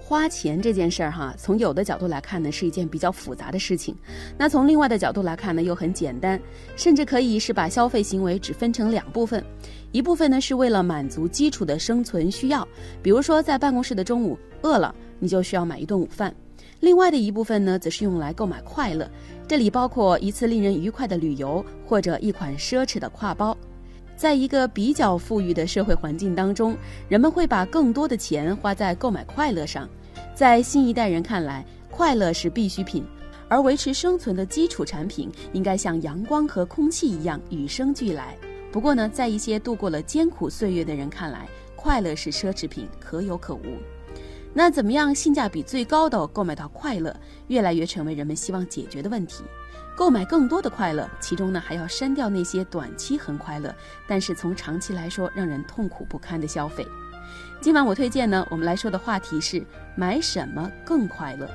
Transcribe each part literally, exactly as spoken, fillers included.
花钱这件事儿哈，从有的角度来看呢，是一件比较复杂的事情。那从另外的角度来看呢，又很简单，甚至可以是把消费行为只分成两部分。一部分呢是为了满足基础的生存需要，比如说在办公室的中午饿了，你就需要买一顿午饭。另外的一部分呢，则是用来购买快乐，这里包括一次令人愉快的旅游，或者一款奢侈的挎包。在一个比较富裕的社会环境当中，人们会把更多的钱花在购买快乐上。在新一代人看来，快乐是必需品，而维持生存的基础产品应该像阳光和空气一样与生俱来。不过呢，在一些度过了艰苦岁月的人看来，快乐是奢侈品，可有可无。那怎么样性价比最高的购买到快乐，越来越成为人们希望解决的问题。购买更多的快乐，其中呢还要删掉那些短期很快乐，但是从长期来说让人痛苦不堪的消费。今晚我推荐呢，我们来说的话题是买什么更快乐。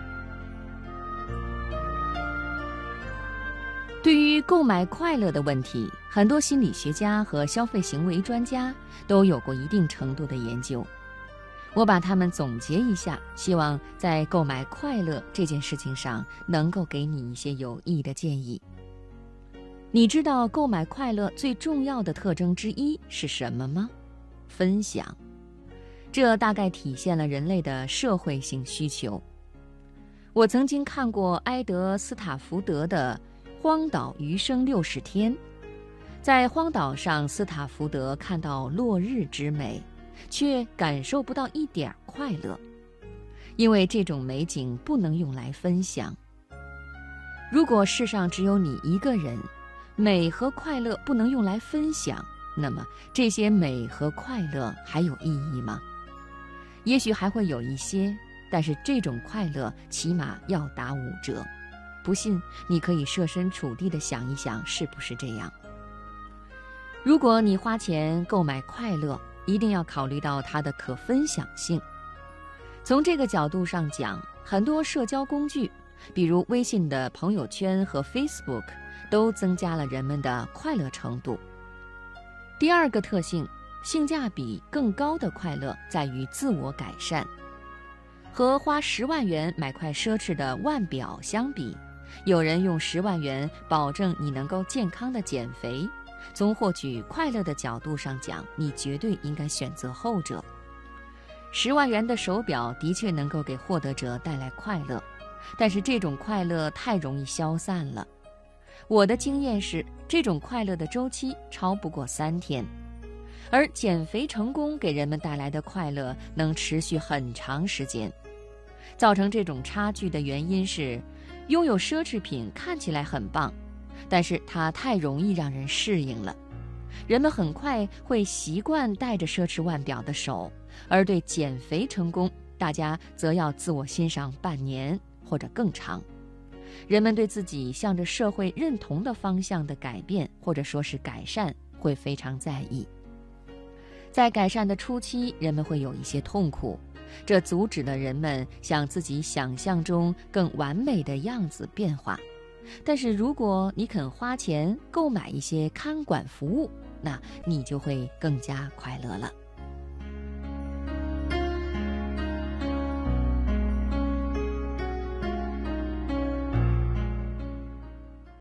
对于购买快乐的问题，很多心理学家和消费行为专家都有过一定程度的研究。我把它们总结一下，希望在购买快乐这件事情上能够给你一些有益的建议。你知道购买快乐最重要的特征之一是什么吗？分享。这大概体现了人类的社会性需求。我曾经看过埃德斯塔福德的《荒岛余生六十天》。在荒岛上，斯塔福德看到落日之美，却感受不到一点快乐，因为这种美景不能用来分享。如果世上只有你一个人，美和快乐不能用来分享，那么这些美和快乐还有意义吗？也许还会有一些，但是这种快乐起码要打五折。不信，你可以设身处地地想一想，是不是这样？如果你花钱购买快乐，一定要考虑到它的可分享性。从这个角度上讲，很多社交工具，比如微信的朋友圈和 Facebook， 都增加了人们的快乐程度。第二个特性，性价比更高的快乐在于自我改善。和花十万元买块奢侈的腕表相比，有人用十万元保证你能够健康的减肥。从获取快乐的角度上讲，你绝对应该选择后者。十万元的手表的确能够给获得者带来快乐，但是这种快乐太容易消散了。我的经验是，这种快乐的周期超不过三天，而减肥成功给人们带来的快乐能持续很长时间。造成这种差距的原因是，拥有奢侈品看起来很棒，但是它太容易让人适应了，人们很快会习惯戴着奢侈腕表的手，而对减肥成功，大家则要自我欣赏半年或者更长。人们对自己向着社会认同的方向的改变，或者说是改善，会非常在意。在改善的初期，人们会有一些痛苦，这阻止了人们向自己想象中更完美的样子变化。但是如果你肯花钱购买一些看管服务，那你就会更加快乐了。